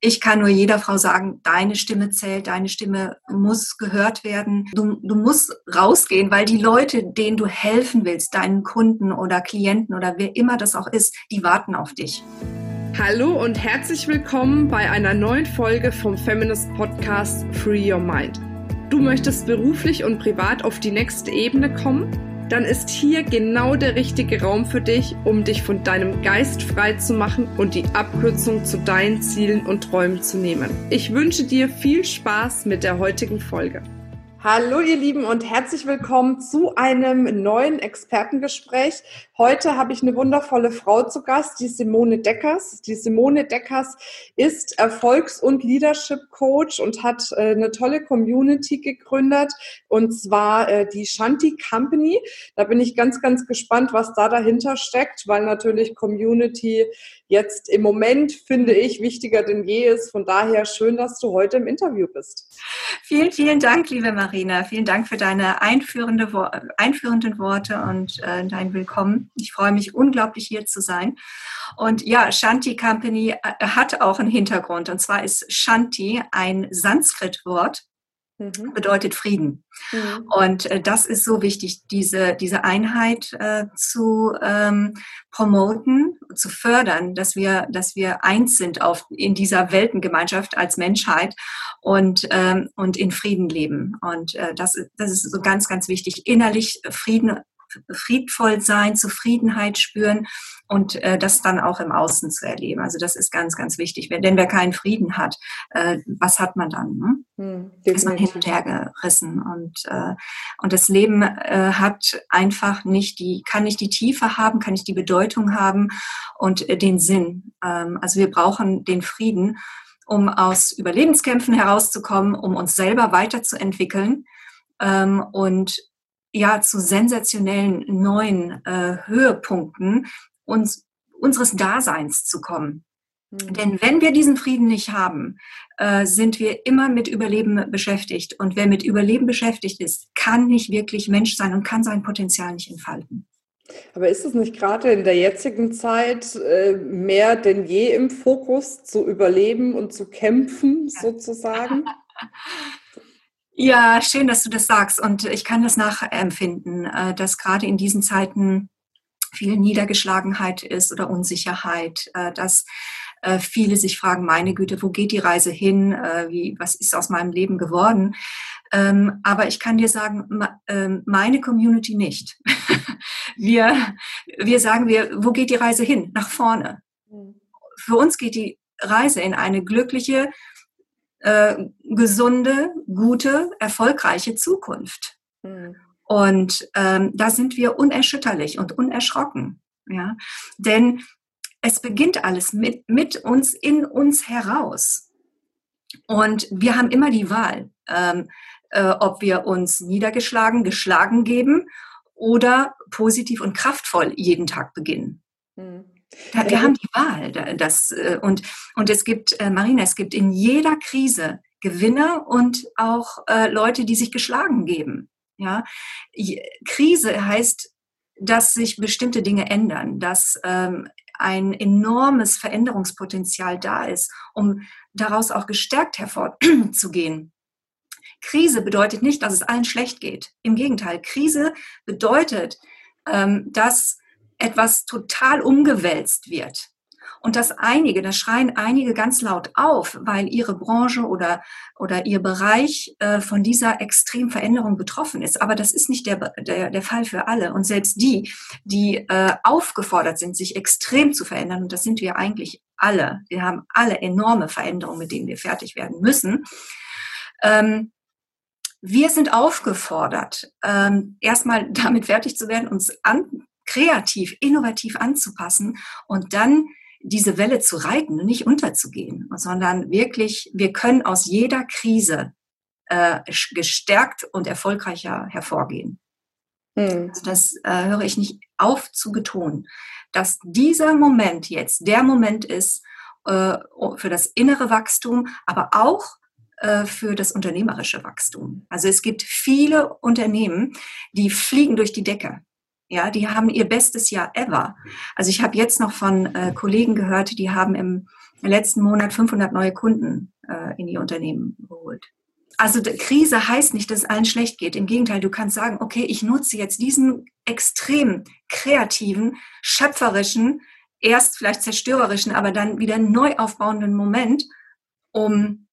ich kann nur jeder Frau sagen, deine Stimme zählt, deine Stimme muss gehört werden. Du musst rausgehen, weil die Leute, denen du helfen willst, deinen Kunden oder Klienten oder wer immer das auch ist, die warten auf dich. Hallo und herzlich willkommen bei einer neuen Folge vom Feminist Podcast Free Your Mind. Du möchtest beruflich und privat auf die nächste Ebene kommen? Dann ist hier genau der richtige Raum für dich, um dich von deinem Geist frei zu machen und die Abkürzung zu deinen Zielen und Träumen zu nehmen. Ich wünsche dir viel Spaß mit der heutigen Folge. Hallo ihr Lieben und herzlich willkommen zu einem neuen Expertengespräch. Heute habe ich eine wundervolle Frau zu Gast, die Simone Deckers. Die Simone Deckers ist Erfolgs- und Leadership-Coach und hat eine tolle Community gegründet, und zwar die Shanti Company. Da bin ich ganz, ganz gespannt, was da dahinter steckt, weil natürlich Community jetzt im Moment, finde ich, wichtiger denn je ist. Von daher schön, dass du heute im Interview bist. Vielen, vielen Dank, liebe Marina. Vielen Dank für deine einführenden Worte und dein Willkommen. Ich freue mich unglaublich, hier zu sein. Und ja, Shanti Company hat auch einen Hintergrund. Und zwar ist Shanti ein Sanskrit-Wort, bedeutet Frieden. Und das ist so wichtig, diese Einheit zu promoten, zu fördern, dass wir eins sind in dieser Weltengemeinschaft als Menschheit und in Frieden leben. Und das ist so ganz, ganz wichtig. Innerlich friedvoll sein, Zufriedenheit spüren und das dann auch im Außen zu erleben. Also das ist ganz, ganz wichtig. Denn wer keinen Frieden hat, was hat man dann? Ne? Ist man hin und her gerissen. Und das Leben hat einfach kann nicht die Tiefe haben, kann nicht die Bedeutung haben und den Sinn. Also wir brauchen den Frieden, um aus Überlebenskämpfen herauszukommen, um uns selber weiterzuentwickeln und ja, zu sensationellen neuen Höhepunkten unseres Daseins zu kommen. Denn wenn wir diesen Frieden nicht haben, sind wir immer mit Überleben beschäftigt. Und wer mit Überleben beschäftigt ist, kann nicht wirklich Mensch sein und kann sein Potenzial nicht entfalten. Aber ist es nicht gerade in der jetzigen Zeit mehr denn je im Fokus, zu überleben und zu kämpfen, sozusagen? Ja, schön, dass du das sagst. Und ich kann das nachempfinden, dass gerade in diesen Zeiten viel Niedergeschlagenheit ist oder Unsicherheit, dass viele sich fragen, meine Güte, wo geht die Reise hin? Was ist aus meinem Leben geworden? Aber ich kann dir sagen, meine Community nicht. Wir sagen, wo geht die Reise hin? Nach vorne. Für uns geht die Reise in eine glückliche, gesunde, gute, erfolgreiche Zukunft. Und da sind wir unerschütterlich und unerschrocken. Ja? Denn es beginnt alles mit uns, in uns heraus. Und wir haben immer die Wahl, ob wir uns niedergeschlagen, geschlagen geben oder positiv und kraftvoll jeden Tag beginnen. Wir haben die Wahl. Und es gibt, Marina, es gibt in jeder Krise Gewinner und auch Leute, die sich geschlagen geben. Ja? Krise heißt, dass sich bestimmte Dinge ändern, dass ein enormes Veränderungspotenzial da ist, um daraus auch gestärkt hervorzugehen. Krise bedeutet nicht, dass es allen schlecht geht. Im Gegenteil, Krise bedeutet, dass etwas total umgewälzt wird. Und da schreien einige ganz laut auf, weil ihre Branche oder ihr Bereich von dieser extremen Veränderung betroffen ist. Aber das ist nicht der Fall für alle. Und selbst die aufgefordert sind, sich extrem zu verändern, und das sind wir eigentlich alle. Wir haben alle enorme Veränderungen, mit denen wir fertig werden müssen. Wir sind aufgefordert, erstmal damit fertig zu werden, uns kreativ, innovativ anzupassen und dann diese Welle zu reiten und nicht unterzugehen, sondern wirklich, wir können aus jeder Krise gestärkt und erfolgreicher hervorgehen. Also das höre ich nicht auf zu betonen, dass dieser Moment jetzt der Moment ist für das innere Wachstum, aber auch für das unternehmerische Wachstum. Also es gibt viele Unternehmen, die fliegen durch die Decke. Ja, die haben ihr bestes Jahr ever. Also ich habe jetzt noch von Kollegen gehört, die haben im letzten Monat 500 neue Kunden in die Unternehmen geholt. Also Krise heißt nicht, dass es allen schlecht geht. Im Gegenteil, du kannst sagen, okay, ich nutze jetzt diesen extrem kreativen, schöpferischen, erst vielleicht zerstörerischen, aber dann wieder neu aufbauenden Moment, um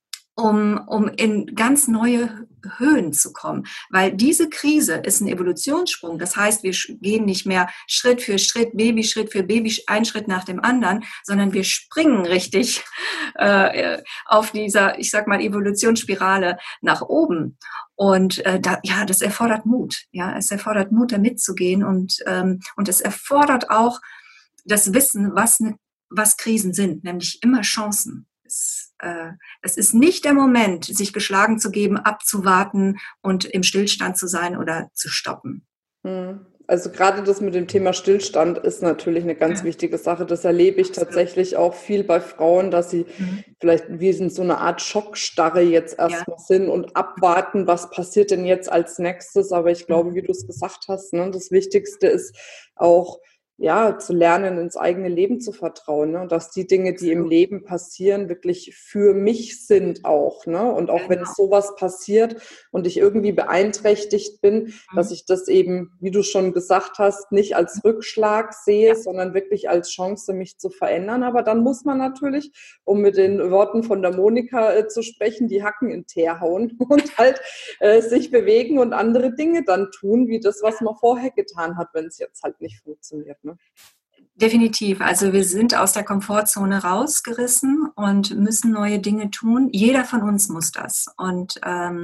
in ganz neue Höhen zu kommen. Weil diese Krise ist ein Evolutionssprung. Das heißt, wir gehen nicht mehr Schritt für Schritt, Schritt für Baby, ein Schritt nach dem anderen, sondern wir springen richtig auf dieser, ich sag mal, Evolutionsspirale nach oben. Und das erfordert Mut. Ja, es erfordert Mut, da mitzugehen und es erfordert auch das Wissen, was Krisen sind, nämlich immer Chancen. Es ist nicht der Moment, sich geschlagen zu geben, abzuwarten und im Stillstand zu sein oder zu stoppen. Also gerade das mit dem Thema Stillstand ist natürlich eine ganz wichtige Sache. Das erlebe ich tatsächlich auch viel bei Frauen, dass sie vielleicht wie in so eine Art Schockstarre jetzt erstmal sind und abwarten, was passiert denn jetzt als nächstes. Aber ich glaube, wie du es gesagt hast, ne, das Wichtigste ist auch, zu lernen, ins eigene Leben zu vertrauen, ne? Und dass die Dinge, die im Leben passieren, wirklich für mich sind auch, ne? Und auch wenn sowas passiert und ich irgendwie beeinträchtigt bin, dass ich das eben, wie du schon gesagt hast, nicht als Rückschlag sehe, sondern wirklich als Chance, mich zu verändern. Aber dann muss man natürlich, um mit den Worten von der Monika zu sprechen, die Hacken in Teer hauen und halt sich bewegen und andere Dinge dann tun, wie das, was man vorher getan hat, wenn es jetzt halt nicht funktioniert. Definitiv. Also wir sind aus der Komfortzone rausgerissen und müssen neue Dinge tun. Jeder von uns muss das. Und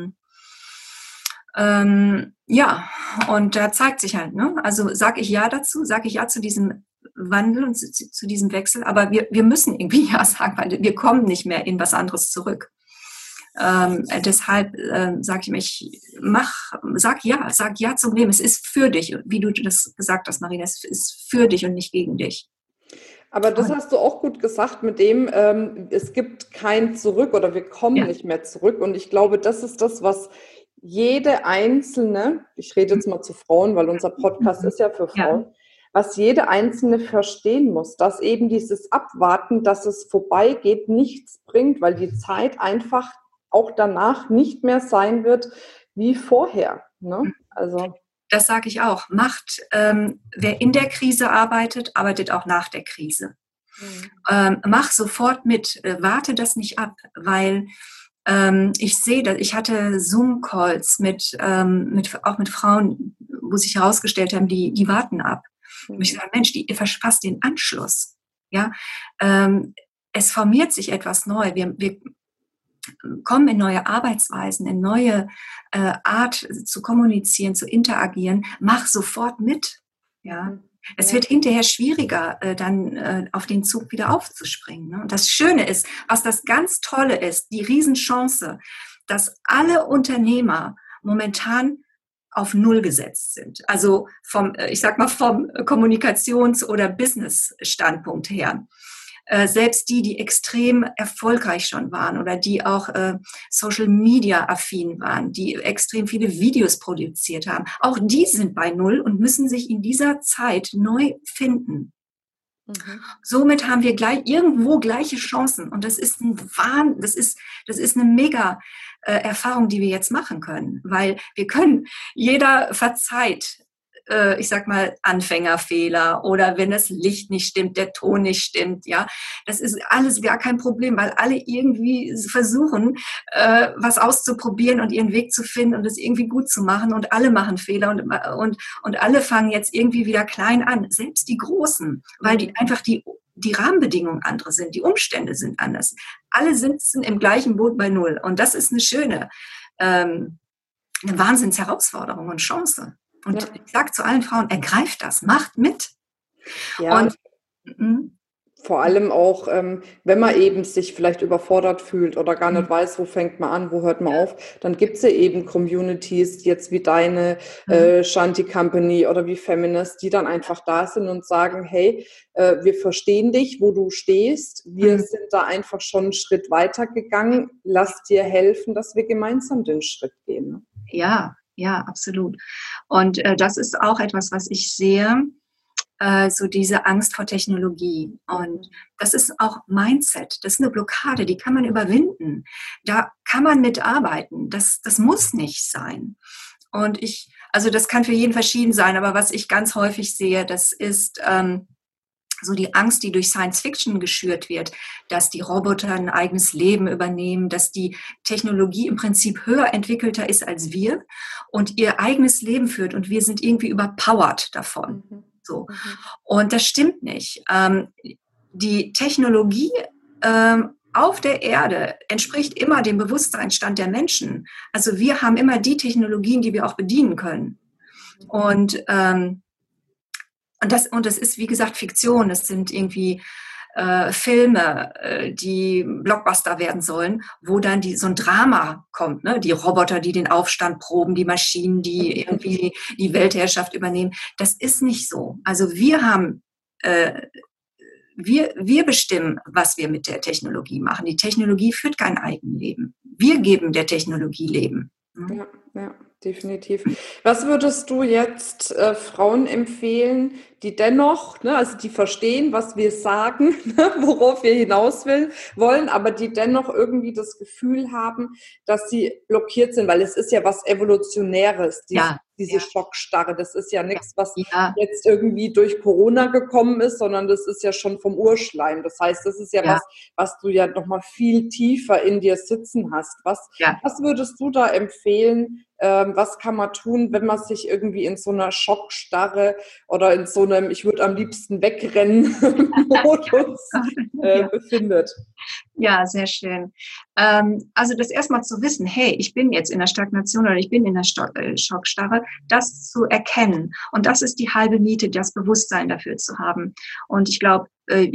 und da zeigt sich halt, ne? Also sage ich ja dazu, sage ich ja zu diesem Wandel und zu diesem Wechsel, aber wir müssen irgendwie ja sagen, weil wir kommen nicht mehr in was anderes zurück. Deshalb sage ich mir, sag ja zum Leben. Es ist für dich, wie du das gesagt hast, Marina, es ist für dich und nicht gegen dich. Aber das hast du auch gut gesagt mit dem, es gibt kein Zurück oder wir kommen nicht mehr zurück. Und ich glaube, das ist das, was jede Einzelne, ich rede jetzt mal zu Frauen, weil unser Podcast ist ja für Frauen, was jede Einzelne verstehen muss, dass eben dieses Abwarten, dass es vorbeigeht, nichts bringt, weil die Zeit einfach auch danach nicht mehr sein wird wie vorher. Ne? Also das sage ich auch. Wer in der Krise arbeitet, arbeitet auch nach der Krise. Mach sofort mit, warte das nicht ab, weil ich sehe, ich hatte Zoom-Calls auch mit Frauen, wo sich herausgestellt haben, die warten ab. Und ich sage, Mensch, ihr verpasst den Anschluss. Ja, es formiert sich etwas neu. Wir kommen in neue Arbeitsweisen, in neue Art zu kommunizieren, zu interagieren. Mach sofort mit. Ja. Es wird hinterher schwieriger, dann auf den Zug wieder aufzuspringen. Ne? Und das Schöne ist, was das ganz Tolle ist, die Riesenchance, dass alle Unternehmer momentan auf Null gesetzt sind. Also vom Kommunikations- oder Business-Standpunkt her. Selbst die extrem erfolgreich schon waren oder die auch Social-Media-affin waren, die extrem viele Videos produziert haben, auch die sind bei Null und müssen sich in dieser Zeit neu finden. Somit haben wir irgendwo gleiche Chancen und das ist das ist eine mega Erfahrung, die wir jetzt machen können, weil jeder verzeiht, ich sag mal, Anfängerfehler oder wenn das Licht nicht stimmt, der Ton nicht stimmt, ja, das ist alles gar kein Problem, weil alle irgendwie versuchen, was auszuprobieren und ihren Weg zu finden und es irgendwie gut zu machen und alle machen Fehler und alle fangen jetzt irgendwie wieder klein an, selbst die Großen, weil die Rahmenbedingungen andere sind, die Umstände sind anders. Alle sitzen im gleichen Boot bei Null und das ist eine Wahnsinnsherausforderung und Chance. Und ich sage zu allen Frauen, ergreift das, macht mit. Ja, vor allem auch, wenn man eben sich vielleicht überfordert fühlt oder gar nicht weiß, wo fängt man an, wo hört man auf, dann gibt es ja eben Communities, jetzt wie deine Shanti Company oder wie Feminist, die dann einfach da sind und sagen, hey, wir verstehen dich, wo du stehst, wir sind da einfach schon einen Schritt weiter gegangen, lass dir helfen, dass wir gemeinsam den Schritt gehen. Ja, ja, absolut. Und das ist auch etwas, was ich sehe, so diese Angst vor Technologie. Und das ist auch Mindset. Das ist eine Blockade, die kann man überwinden. Da kann man mitarbeiten. Das muss nicht sein. Und also das kann für jeden verschieden sein, aber was ich ganz häufig sehe, das ist so die Angst, die durch Science Fiction geschürt wird, dass die Roboter ein eigenes Leben übernehmen, dass die Technologie im Prinzip höher entwickelter ist als wir und ihr eigenes Leben führt und wir sind irgendwie überpowered davon. So. Und das stimmt nicht. Die Technologie auf der Erde entspricht immer dem Bewusstseinsstand der Menschen. Also wir haben immer die Technologien, die wir auch bedienen können. Und das ist, wie gesagt, Fiktion. Das sind irgendwie Filme, die Blockbuster werden sollen, wo dann so ein Drama kommt. Ne? Die Roboter, die den Aufstand proben, die Maschinen, die irgendwie die Weltherrschaft übernehmen. Das ist nicht so. Also wir bestimmen, was wir mit der Technologie machen. Die Technologie führt kein Eigenleben. Wir geben der Technologie Leben. Ja, ja, definitiv. Was würdest du jetzt Frauen empfehlen, die dennoch, ne, also die verstehen, was wir sagen, ne, worauf wir hinaus wollen, aber die dennoch irgendwie das Gefühl haben, dass sie blockiert sind, weil es ist ja was Evolutionäres, diese Schockstarre. Das ist ja nichts, was jetzt irgendwie durch Corona gekommen ist, sondern das ist ja schon vom Urschleim. Das heißt, das ist ja was du ja nochmal viel tiefer in dir sitzen hast. Was würdest du da empfehlen? Was kann man tun, wenn man sich irgendwie in so einer Schockstarre oder in so einem ich würde am liebsten wegrennen Modus befindet? Ja, sehr schön. Also das erstmal zu wissen, hey, ich bin jetzt in der Stagnation oder ich bin in der Schockstarre, das zu erkennen. Und das ist die halbe Miete, das Bewusstsein dafür zu haben. Und ich glaube,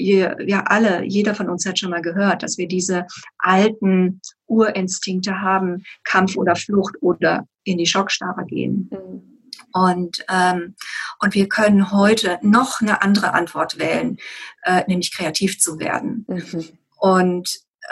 jeder von uns hat schon mal gehört, dass wir diese alten Urinstinkte haben, Kampf oder Flucht oder in die Schockstarre gehen. Und wir können heute noch eine andere Antwort wählen, nämlich kreativ zu werden. Und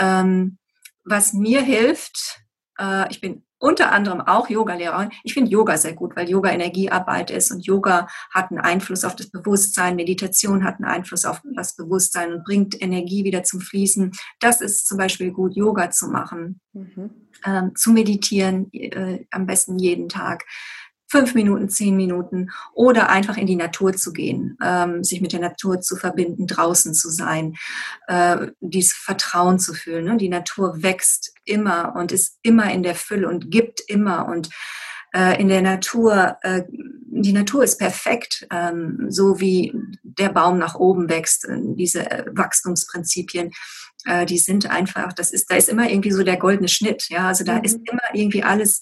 was mir hilft, ich bin unter anderem auch Yoga-Lehrerin. Ich finde Yoga sehr gut, weil Yoga Energiearbeit ist und Yoga hat einen Einfluss auf das Bewusstsein, Meditation hat einen Einfluss auf das Bewusstsein und bringt Energie wieder zum Fließen. Das ist zum Beispiel gut, Yoga zu machen, zu meditieren, am besten jeden Tag. 5 Minuten, 10 Minuten oder einfach in die Natur zu gehen, sich mit der Natur zu verbinden, draußen zu sein, dieses Vertrauen zu fühlen. Ne? Die Natur wächst immer und ist immer in der Fülle und gibt immer und in der Natur, die Natur ist perfekt, so wie der Baum nach oben wächst, diese Wachstumsprinzipien, die sind einfach, da ist immer irgendwie so der goldene Schnitt, ja, also da ist immer irgendwie alles,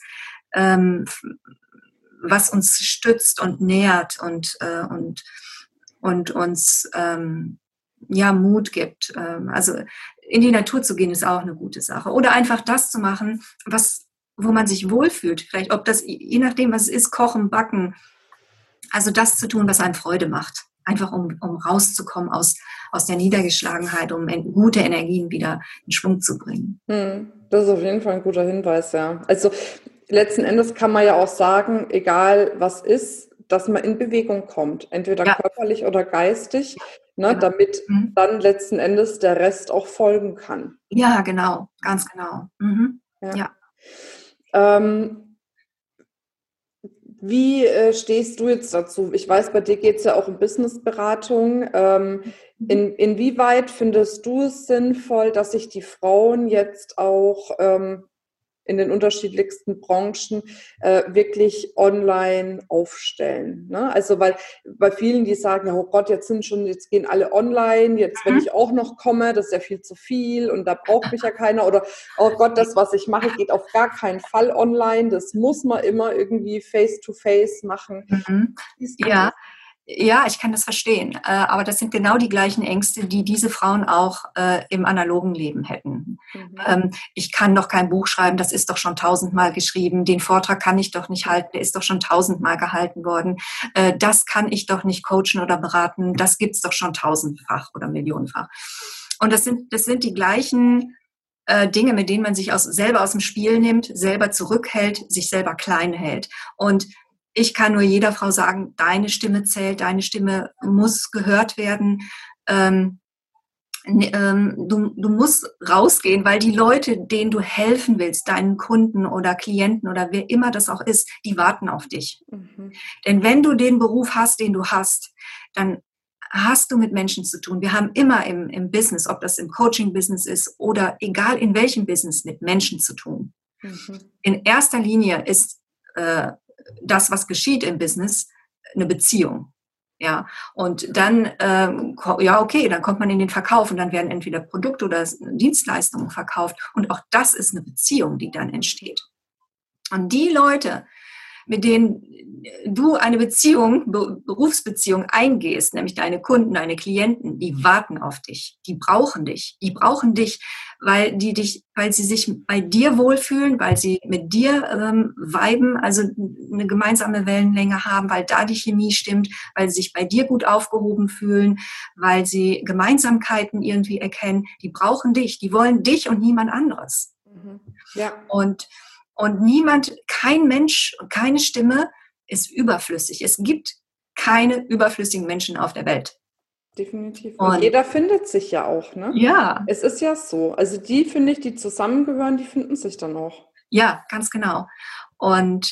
was uns stützt und nährt und uns Mut gibt. Also in die Natur zu gehen ist auch eine gute Sache. Oder einfach das zu machen, wo man sich wohlfühlt. Vielleicht, ob das, je nachdem, was es ist, kochen, backen. Also das zu tun, was einem Freude macht. Einfach um rauszukommen aus der Niedergeschlagenheit, um gute Energien wieder in Schwung zu bringen. Das ist auf jeden Fall ein guter Hinweis, ja. Also letzten Endes kann man ja auch sagen, egal was ist, dass man in Bewegung kommt, entweder körperlich oder geistig, ne, damit dann letzten Endes der Rest auch folgen kann. Ja, genau, ganz genau. Wie stehst du jetzt dazu? Ich weiß, bei dir geht es ja auch um Businessberatung. Inwieweit findest du es sinnvoll, dass sich die Frauen jetzt auch in den unterschiedlichsten Branchen wirklich online aufstellen? Ne? Also weil bei vielen, die sagen, ja, oh Gott, jetzt gehen alle online, jetzt wenn ich auch noch komme, das ist ja viel zu viel und da braucht mich ja keiner oder oh Gott, das, was ich mache, geht auf gar keinen Fall online, das muss man immer irgendwie face-to-face machen. Ja, ich kann das verstehen. Aber das sind genau die gleichen Ängste, die diese Frauen auch im analogen Leben hätten. Ich kann doch kein Buch schreiben, das ist doch schon 1000-mal geschrieben. Den Vortrag kann ich doch nicht halten, der ist doch schon 1000-mal gehalten worden. Das kann ich doch nicht coachen oder beraten, das gibt's doch schon 1000-fach oder millionenfach. Und das sind die gleichen Dinge, mit denen man sich selber aus dem Spiel nimmt, selber zurückhält, sich selber klein hält. Und ich kann nur jeder Frau sagen, deine Stimme zählt, deine Stimme muss gehört werden. Du musst rausgehen, weil die Leute, denen du helfen willst, deinen Kunden oder Klienten oder wer immer das auch ist, die warten auf dich. Denn wenn du den Beruf hast, den du hast, dann hast du mit Menschen zu tun. Wir haben immer im Business, ob das im Coaching-Business ist oder egal in welchem Business, mit Menschen zu tun. In erster Linie ist das, was geschieht im Business, eine Beziehung. Ja, und dann, okay, dann kommt man in den Verkauf und dann werden entweder Produkte oder Dienstleistungen verkauft. Und auch das ist eine Beziehung, die dann entsteht. Und die Leute, mit denen du eine Beziehung, Berufsbeziehung eingehst, nämlich deine Kunden, deine Klienten, die warten auf dich, die brauchen dich, weil sie sich bei dir wohlfühlen, weil sie mit dir viben, also eine gemeinsame Wellenlänge haben, weil da die Chemie stimmt, weil sie sich bei dir gut aufgehoben fühlen, weil sie Gemeinsamkeiten irgendwie erkennen. Die brauchen dich, die wollen dich und niemand anderes. Ja. Und niemand, kein Mensch, keine Stimme ist überflüssig. Es gibt keine überflüssigen Menschen auf der Welt. Definitiv. Und jeder findet sich ja auch, ne? Ja. Es ist ja so. Also die, finde ich, die zusammengehören, die finden sich dann auch. Ja, ganz genau. Und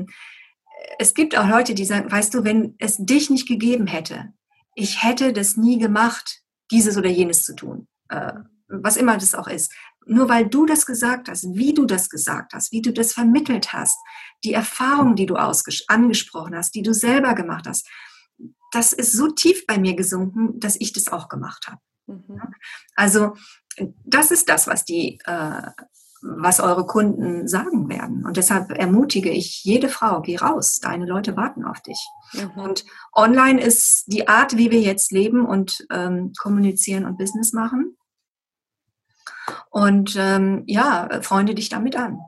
es gibt auch Leute, die sagen, weißt du, wenn es dich nicht gegeben hätte, ich hätte das nie gemacht, dieses oder jenes zu tun. Was immer das auch ist. Nur weil du das gesagt hast, wie du das gesagt hast, wie du das vermittelt hast, die Erfahrung, die du angesprochen hast, die du selber gemacht hast, das ist so tief bei mir gesunken, dass ich das auch gemacht habe. Also das ist das, was eure Kunden sagen werden. Und deshalb ermutige ich jede Frau, geh raus, deine Leute warten auf dich. Und online ist die Art, wie wir jetzt leben und kommunizieren und Business machen. Und freunde dich damit an.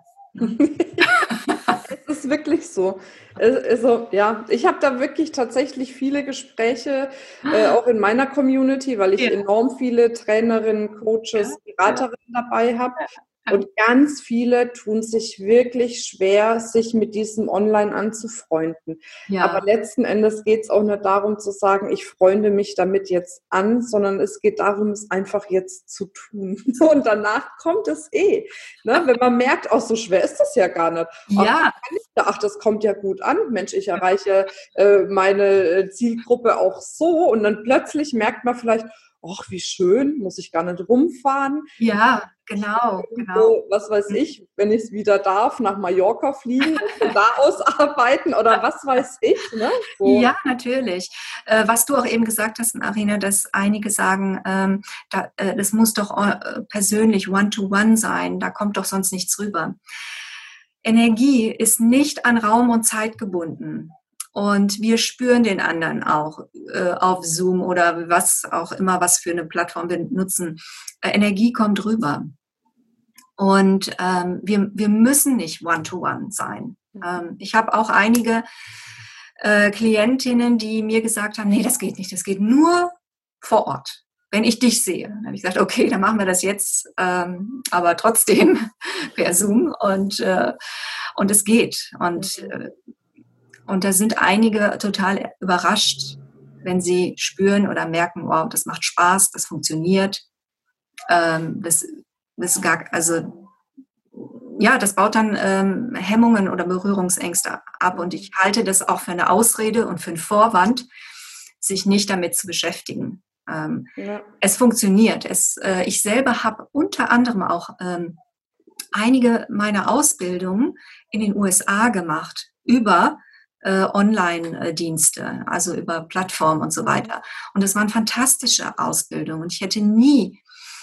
Es ist wirklich so. Also, ja, ich habe da wirklich tatsächlich viele Gespräche, auch in meiner Community, weil ich enorm viele Trainerinnen, Coaches, Beraterinnen dabei habe. Und ganz viele tun sich wirklich schwer, sich mit diesem Online anzufreunden. Ja. Aber letzten Endes geht es auch nicht darum zu sagen, ich freunde mich damit jetzt an, sondern es geht darum, es einfach jetzt zu tun. Und danach kommt es Ne? Wenn man merkt, auch so schwer ist das ja gar nicht. Ja. Ach, das kommt ja gut an. Mensch, ich erreiche meine Zielgruppe auch so. Und dann plötzlich merkt man vielleicht, ach, wie schön, muss ich gar nicht rumfahren. Ja, genau. Was weiß ich, wenn ich es wieder darf, nach Mallorca fliegen und von da aus arbeiten oder was weiß ich. Ne? So. Ja, natürlich. Was du auch eben gesagt hast, Marina, dass einige sagen, das muss doch persönlich One-to-One sein, da kommt doch sonst nichts rüber. Energie ist nicht an Raum und Zeit gebunden. Und wir spüren den anderen auch auf Zoom oder was auch immer, was für eine Plattform wir nutzen. Energie kommt rüber. Und wir müssen nicht One-to-One sein. Ich habe auch einige Klientinnen, die mir gesagt haben, nee, das geht nicht, das geht nur vor Ort. Wenn ich dich sehe, dann habe ich gesagt, okay, dann machen wir das jetzt, aber trotzdem per Zoom und es geht. Und da sind einige total überrascht, wenn sie spüren oder merken, wow, das macht Spaß, das funktioniert. Das baut dann Hemmungen oder Berührungsängste ab. Und ich halte das auch für eine Ausrede und für einen Vorwand, sich nicht damit zu beschäftigen. Es funktioniert. Ich selber habe unter anderem auch einige meiner Ausbildungen in den USA gemacht über Online-Dienste, also über Plattformen und so weiter. Und das waren fantastische Ausbildungen. Und ich hätte nie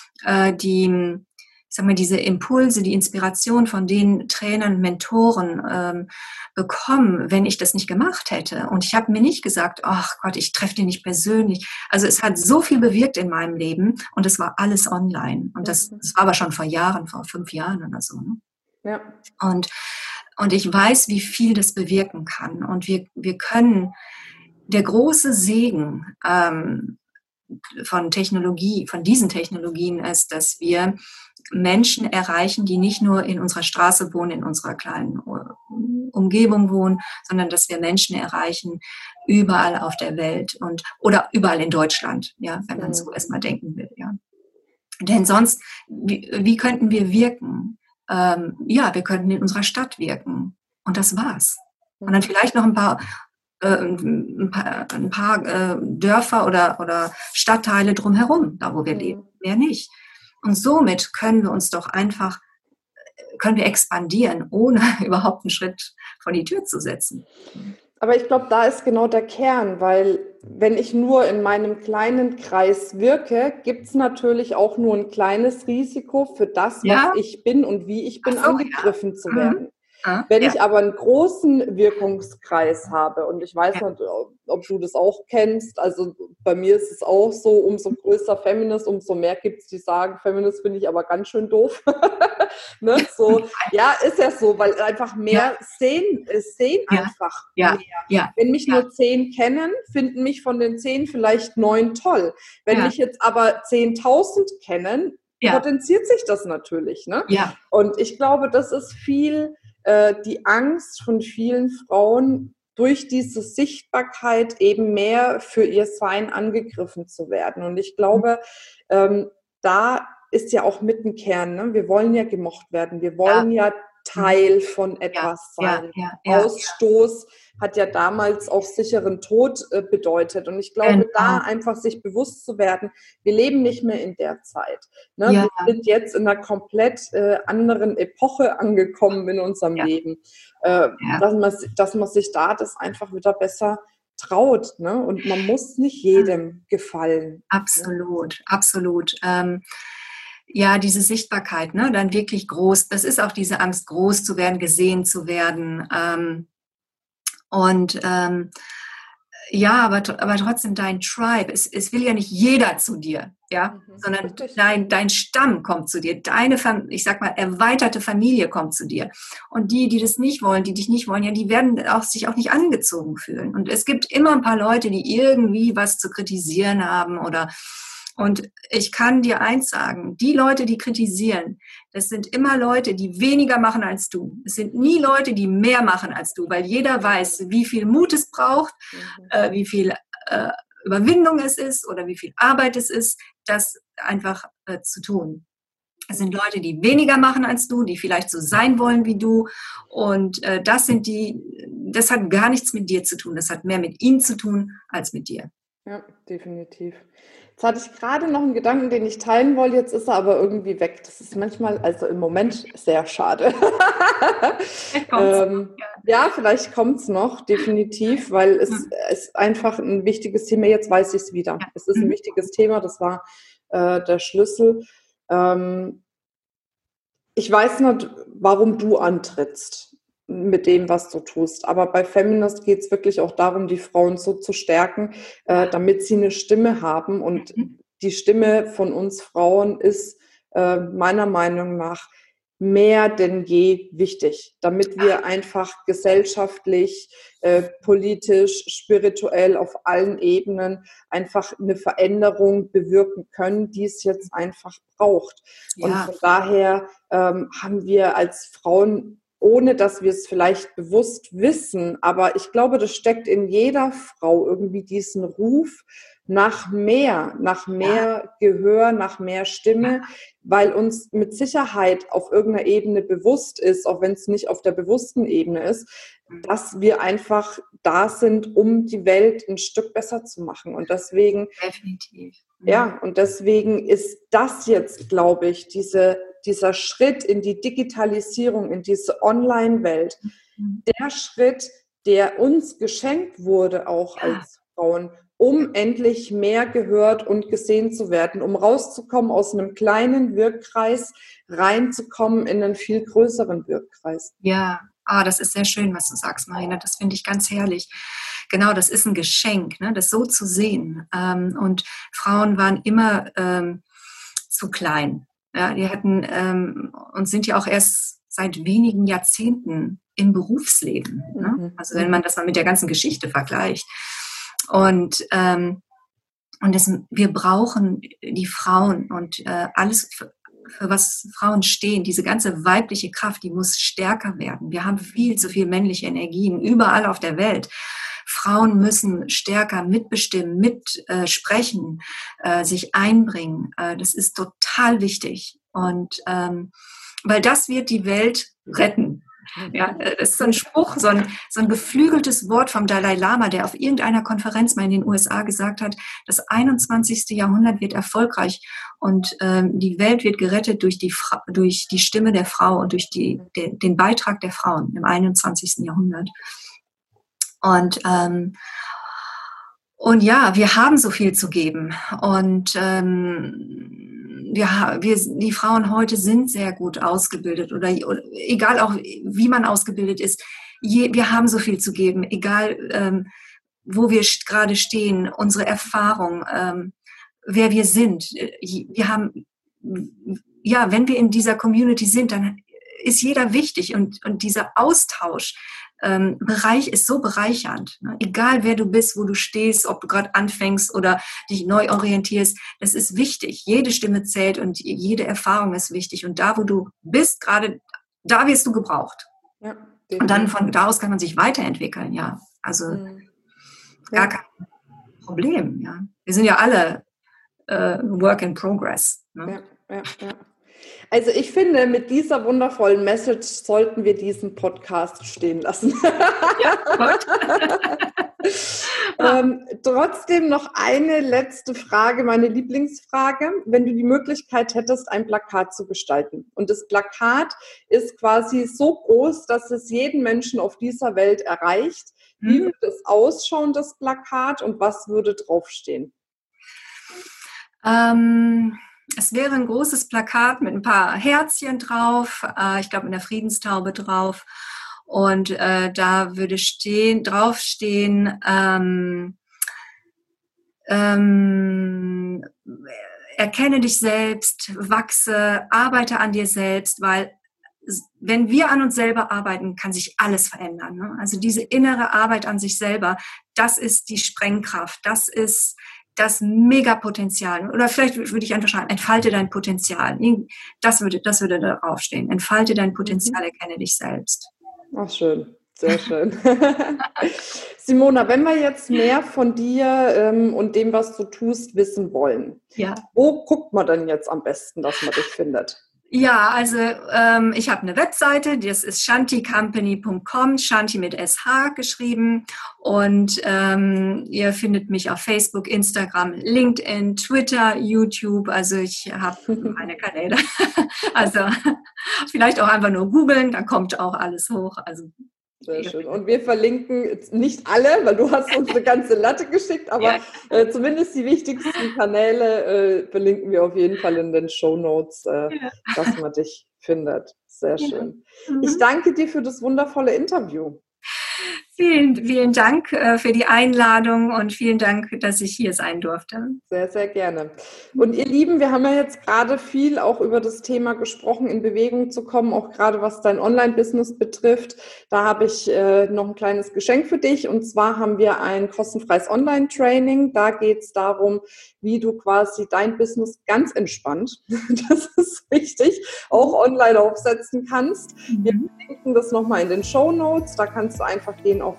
diese Impulse, die Inspiration von den Trainern, Mentoren bekommen, wenn ich das nicht gemacht hätte. Und ich habe mir nicht gesagt, ach Gott, ich treffe den nicht persönlich. Also es hat so viel bewirkt in meinem Leben und es war alles online. Und das war aber schon vor 5 Jahren oder so. Ne? Ja. Und ich weiß, wie viel das bewirken kann. Und wir können, der große Segen von diesen Technologien ist, dass wir Menschen erreichen, die nicht nur in unserer Straße wohnen, in unserer kleinen Umgebung wohnen, sondern dass wir Menschen erreichen überall auf der Welt oder überall in Deutschland, ja, wenn man so erstmal denken will, ja. Denn sonst, wie könnten wir wirken? Wir könnten in unserer Stadt wirken. Und das war's. Und dann vielleicht noch ein paar Dörfer oder Stadtteile drumherum, da wo wir leben. Mehr nicht. Und somit können wir expandieren, ohne überhaupt einen Schritt vor die Tür zu setzen. Aber ich glaube, da ist genau der Kern, weil wenn ich nur in meinem kleinen Kreis wirke, gibt es natürlich auch nur ein kleines Risiko für das, was ich bin und wie ich bin, angegriffen zu werden. Wenn ich aber einen großen Wirkungskreis habe, und ich weiß nicht, ob du das auch kennst, also bei mir ist es auch so, umso größer Feminist, umso mehr gibt es, die sagen, Feminist finde ich aber ganz schön doof. Ne? So, ja, ist ja so, weil einfach mehr sehen einfach mehr. Wenn mich nur 10 kennen, finden mich von den 10 vielleicht 9 toll. Wenn mich jetzt aber 10.000 kennen, potenziert sich das natürlich. Ne? Und ich glaube, das ist viel die Angst von vielen Frauen, durch diese Sichtbarkeit eben mehr für ihr Sein angegriffen zu werden. Und ich glaube, da ist ja auch mit ein Kern, ne? Wir wollen ja gemocht werden, wir wollen ja Teil von etwas sein. Ausstoß hat ja damals auch sicheren Tod bedeutet. Und ich glaube, da einfach sich bewusst zu werden, wir leben nicht mehr in der Zeit. Ne? Wir sind jetzt in einer komplett anderen Epoche angekommen in unserem Leben. Dass man sich da das einfach wieder besser traut. Ne? Und man muss nicht jedem gefallen. Absolut, absolut. Diese Sichtbarkeit, ne, dann wirklich groß, das ist auch diese Angst, groß zu werden, gesehen zu werden. Aber trotzdem dein Tribe, es will ja nicht jeder zu dir, sondern dein Stamm kommt zu dir, deine, ich sag mal, erweiterte Familie kommt zu dir. Und die das nicht wollen, die dich nicht wollen, die werden sich auch nicht angezogen fühlen. Und es gibt immer ein paar Leute, die irgendwie was zu kritisieren haben und ich kann dir eins sagen, die Leute, die kritisieren, das sind immer Leute, die weniger machen als du. Es sind nie Leute, die mehr machen als du, weil jeder weiß, wie viel Mut es braucht, wie viel Überwindung es ist oder wie viel Arbeit es ist, das einfach zu tun. Es sind Leute, die weniger machen als du, die vielleicht so sein wollen wie du. Und das hat gar nichts mit dir zu tun. Das hat mehr mit ihnen zu tun als mit dir. Ja, definitiv. Jetzt hatte ich gerade noch einen Gedanken, den ich teilen wollte, jetzt ist er aber irgendwie weg. Das ist manchmal, also im Moment, sehr schade. Vielleicht kommt es noch, definitiv, weil es ist einfach ein wichtiges Thema. Jetzt weiß ich es wieder. Es ist ein wichtiges Thema, das war der Schlüssel. Ich weiß nicht, warum du antrittst mit dem, was du tust. Aber bei Feminist geht es wirklich auch darum, die Frauen so zu stärken, damit sie eine Stimme haben. Und die Stimme von uns Frauen ist meiner Meinung nach mehr denn je wichtig, damit wir einfach gesellschaftlich, politisch, spirituell auf allen Ebenen einfach eine Veränderung bewirken können, die es jetzt einfach braucht. Und von daher haben wir als Frauen, ohne dass wir es vielleicht bewusst wissen, aber ich glaube, das steckt in jeder Frau irgendwie diesen Ruf nach mehr Gehör, nach mehr Stimme, weil uns mit Sicherheit auf irgendeiner Ebene bewusst ist, auch wenn es nicht auf der bewussten Ebene ist, dass wir einfach da sind, um die Welt ein Stück besser zu machen. Und deswegen, definitiv. Und deswegen ist das jetzt, glaube ich, dieser Schritt in die Digitalisierung, in diese Online-Welt, der Schritt, der uns geschenkt wurde, auch als Frauen, um endlich mehr gehört und gesehen zu werden, um rauszukommen aus einem kleinen Wirkkreis, reinzukommen in einen viel größeren Wirkkreis. Ja, das ist sehr schön, was du sagst, Marina. Das finde ich ganz herrlich. Genau, das ist ein Geschenk, ne, das so zu sehen. Und Frauen waren immer zu klein. Ja, die hatten und sind ja auch erst seit wenigen Jahrzehnten im Berufsleben. Ne? Also wenn man das mal mit der ganzen Geschichte vergleicht. Und wir brauchen die Frauen und für was Frauen stehen, diese ganze weibliche Kraft, die muss stärker werden. Wir haben viel zu viel männliche Energien überall auf der Welt. Frauen müssen stärker mitbestimmen, mitsprechen, sich einbringen. Das ist total wichtig. Und weil das wird die Welt retten. Ja, das ist so ein Spruch, so ein geflügeltes Wort vom Dalai Lama, der auf irgendeiner Konferenz mal in den USA gesagt hat, das 21. Jahrhundert wird erfolgreich und die Welt wird gerettet durch die Stimme der Frau und durch den Beitrag der Frauen im 21. Jahrhundert. Und ja, wir haben so viel zu geben. Und die Frauen heute sind sehr gut ausgebildet oder egal auch, wie man ausgebildet ist. Wir haben so viel zu geben, egal wo wir gerade stehen, unsere Erfahrung, wer wir sind. Wir haben, ja, wenn wir in dieser Community sind, dann ist jeder wichtig und dieser Austausch Bereich ist so bereichernd. Ne? Egal wer du bist, wo du stehst, ob du gerade anfängst oder dich neu orientierst, das ist wichtig. Jede Stimme zählt und jede Erfahrung ist wichtig. Und da, wo du bist, gerade da wirst du gebraucht. Ja, und dann von da aus kann man sich weiterentwickeln. Ja, also gar kein Problem. Ja, wir sind ja alle Work in Progress. Ne? Ja. Also ich finde, mit dieser wundervollen Message sollten wir diesen Podcast stehen lassen. Ja, trotzdem noch eine letzte Frage, meine Lieblingsfrage. Wenn du die Möglichkeit hättest, ein Plakat zu gestalten und das Plakat ist quasi so groß, dass es jeden Menschen auf dieser Welt erreicht, wie würde es ausschauen, das Plakat, und was würde draufstehen? Es wäre ein großes Plakat mit ein paar Herzchen drauf, ich glaube mit einer Friedenstaube drauf. Und da würde draufstehen, erkenne dich selbst, wachse, arbeite an dir selbst, weil wenn wir an uns selber arbeiten, kann sich alles verändern. Ne? Also diese innere Arbeit an sich selber, das ist die Sprengkraft, das ist das Megapotenzial. Oder vielleicht würde ich einfach schreiben, entfalte dein Potenzial. Das würde da draufstehen. Entfalte dein Potenzial, erkenne dich selbst. Ach, schön. Sehr schön. Simona, wenn wir jetzt mehr von dir und dem, was du tust, wissen wollen, wo guckt man denn jetzt am besten, dass man dich findet? Ja, also ich habe eine Webseite, das ist shanticompany.com, Shanti mit SH geschrieben, und ihr findet mich auf Facebook, Instagram, LinkedIn, Twitter, YouTube, also ich habe meine Kanäle. Also vielleicht auch einfach nur googeln, dann kommt auch alles hoch. Also sehr schön. Und wir verlinken nicht alle, weil du hast uns eine ganze Latte geschickt, aber zumindest die wichtigsten Kanäle verlinken wir auf jeden Fall in den Shownotes, dass man dich findet. Sehr schön. Ich danke dir für das wundervolle Interview. Vielen, vielen Dank für die Einladung und vielen Dank, dass ich hier sein durfte. Sehr, sehr gerne. Und ihr Lieben, wir haben ja jetzt gerade viel auch über das Thema gesprochen, in Bewegung zu kommen, auch gerade was dein Online-Business betrifft. Da habe ich noch ein kleines Geschenk für dich, und zwar haben wir ein kostenfreies Online-Training. Da geht es darum, wie du quasi dein Business ganz entspannt, das ist wichtig, auch online aufsetzen kannst. Wir verlinken das nochmal in den Shownotes. Da kannst du einfach gehen auf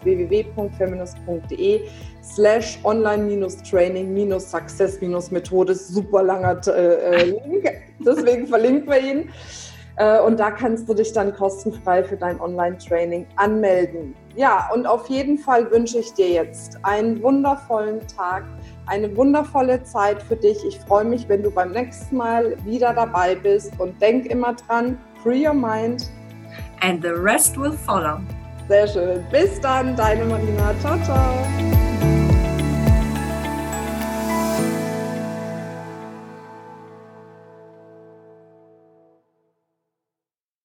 www.feminist.de/online-training-success-methode. Super langer Link, deswegen verlinken wir ihn. Und da kannst du dich dann kostenfrei für dein Online-Training anmelden. Ja, und auf jeden Fall wünsche ich dir jetzt einen wundervollen Tag, eine wundervolle Zeit für dich. Ich freue mich, wenn du beim nächsten Mal wieder dabei bist, und denk immer dran, free your mind. And the rest will follow. Sehr schön. Bis dann, deine Marina. Ciao, ciao.